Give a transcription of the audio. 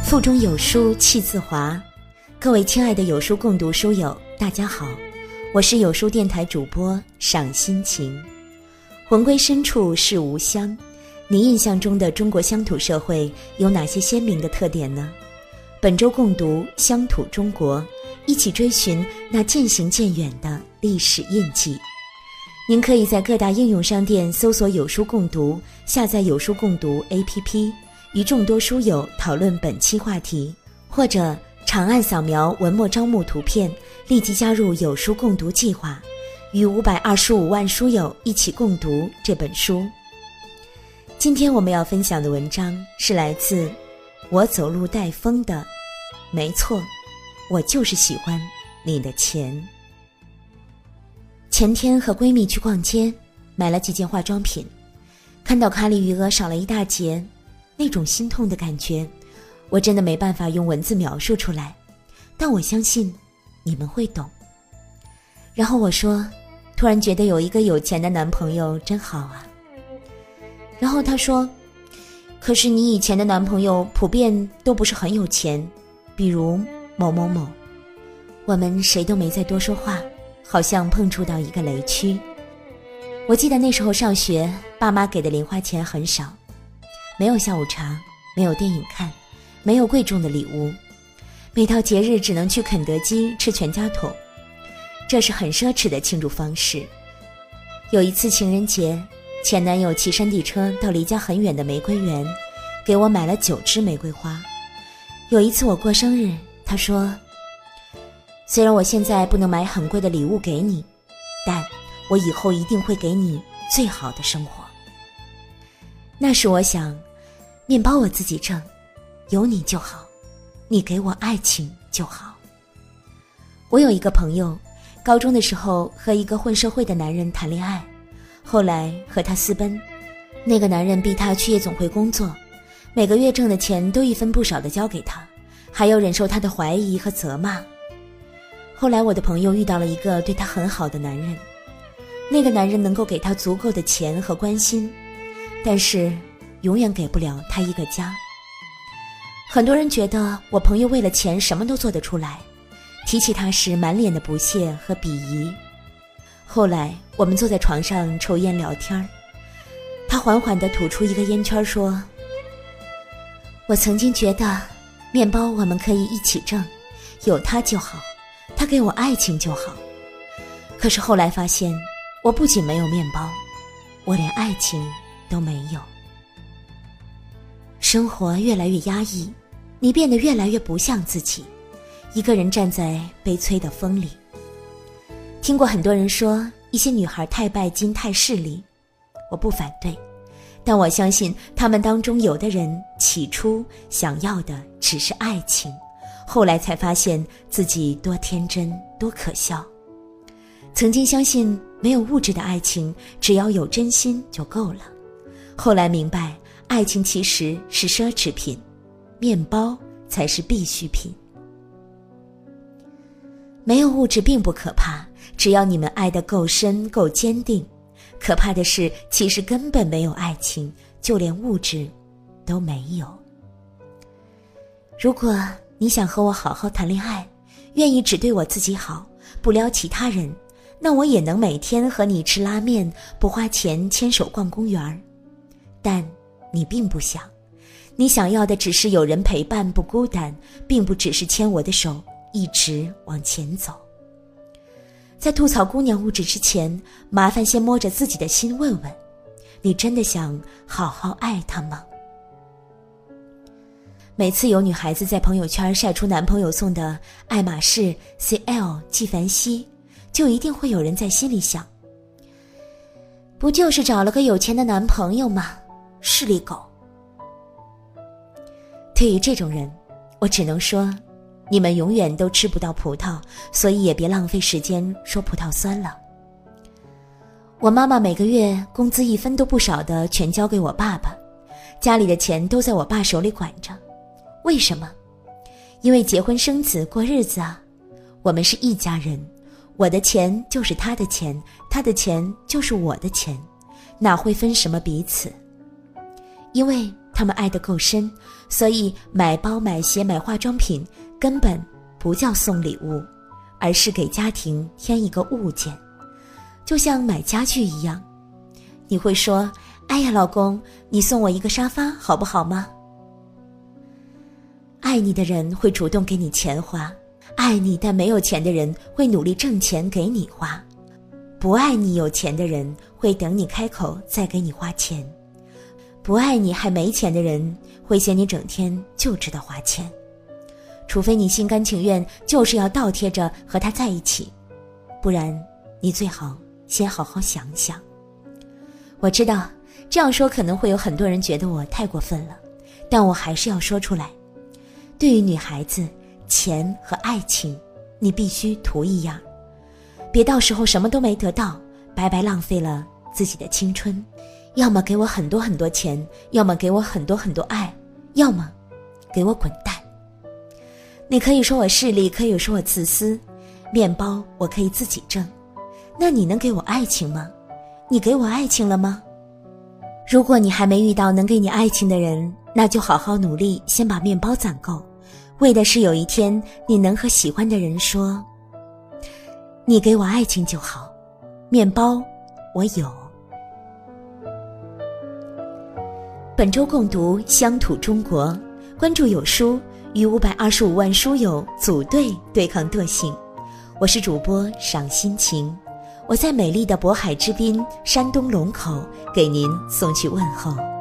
腹中有书气自华。各位亲爱的有书共读书友，大家好，我是有书电台主播赏心情。魂归深处是吾乡，你印象中的中国乡土社会有哪些鲜明的特点呢？本周共读乡土中国，一起追寻那渐行渐远的历史印记。您可以在各大应用商店搜索有书共读，下载有书共读 APP， 与众多书友讨论本期话题，或者长按扫描文末招募图片，立即加入有书共读计划，与525万书友一起共读这本书。今天我们要分享的文章是来自我走路带风的，没错，我就是喜欢你的钱。前天和闺蜜去逛街，买了几件化妆品，看到卡里余额少了一大截，那种心痛的感觉，我真的没办法用文字描述出来，但我相信你们会懂。然后我说，突然觉得有一个有钱的男朋友真好啊。然后他说，可是你以前的男朋友普遍都不是很有钱，比如某某某。我们谁都没再多说话，好像碰触到一个雷区。我记得那时候上学，爸妈给的零花钱很少，没有下午茶，没有电影看，没有贵重的礼物，每到节日只能去肯德基吃全家桶，这是很奢侈的庆祝方式。有一次情人节，前男友骑山地车到离家很远的玫瑰园，给我买了9支玫瑰花。有一次我过生日，他说，虽然我现在不能买很贵的礼物给你，但我以后一定会给你最好的生活。那时我想，面包我自己挣，有你就好，你给我爱情就好。我有一个朋友，高中的时候和一个混社会的男人谈恋爱，后来和他私奔，那个男人逼他去夜总会工作，每个月挣的钱都一分不少地交给他，还要忍受他的怀疑和责骂。后来我的朋友遇到了一个对他很好的男人，那个男人能够给他足够的钱和关心，但是永远给不了他一个家。很多人觉得我朋友为了钱什么都做得出来，提起他时满脸的不屑和鄙夷。后来我们坐在床上抽烟聊天，他缓缓地吐出一个烟圈说，我曾经觉得面包我们可以一起挣，有他就好，他给我爱情就好。可是后来发现，我不仅没有面包，我连爱情都没有。生活越来越压抑，你变得越来越不像自己，一个人站在悲催的风里。听过很多人说一些女孩太拜金太势利，我不反对，但我相信他们当中有的人起初想要的只是爱情，后来才发现自己多天真多可笑。曾经相信没有物质的爱情，只要有真心就够了，后来明白爱情其实是奢侈品，面包才是必需品。没有物质并不可怕，只要你们爱得够深够坚定。可怕的是，其实根本没有爱情，就连物质都没有。如果你想和我好好谈恋爱，愿意只对我自己好，不撩其他人，那我也能每天和你吃拉面，不花钱牵手逛公园。但你并不想，你想要的只是有人陪伴不孤单，并不只是牵我的手一直往前走。在吐槽姑娘物质之前，麻烦先摸着自己的心问问，你真的想好好爱她吗？每次有女孩子在朋友圈晒出男朋友送的爱马仕、CL、纪梵希，就一定会有人在心里想，不就是找了个有钱的男朋友吗？势利狗。对于这种人，我只能说，你们永远都吃不到葡萄，所以也别浪费时间说葡萄酸了。我妈妈每个月工资1分都不少的全交给我爸爸，家里的钱都在我爸手里管着。为什么？因为结婚生子过日子啊，我们是一家人，我的钱就是他的钱，他的钱就是我的钱，哪会分什么彼此？因为他们爱得够深， 所以买包、买鞋、买化妆品根本不叫送礼物，而是给家庭添一个物件。就像买家具一样，你会说，哎呀老公，你送我一个沙发好不好吗？爱你的人会主动给你钱花，爱你但没有钱的人会努力挣钱给你花，不爱你有钱的人会等你开口再给你花钱，不爱你还没钱的人会嫌你整天就知道花钱，除非你心甘情愿就是要倒贴着和他在一起，不然你最好先好好想想。我知道这样说可能会有很多人觉得我太过分了，但我还是要说出来。对于女孩子，钱和爱情你必须图一样，别到时候什么都没得到，白白浪费了自己的青春。要么给我很多很多钱，要么给我很多很多爱，要么给我滚蛋。你可以说我势利，可以说我自私，面包我可以自己挣，那你能给我爱情吗？你给我爱情了吗？如果你还没遇到能给你爱情的人，那就好好努力，先把面包攒够，为的是有一天你能和喜欢的人说，你给我爱情就好，面包我有。本周共读乡土中国，关注有书，与525万书友组队对抗惰性。我是主播赏心情，我在美丽的渤海之滨山东龙口给您送去问候。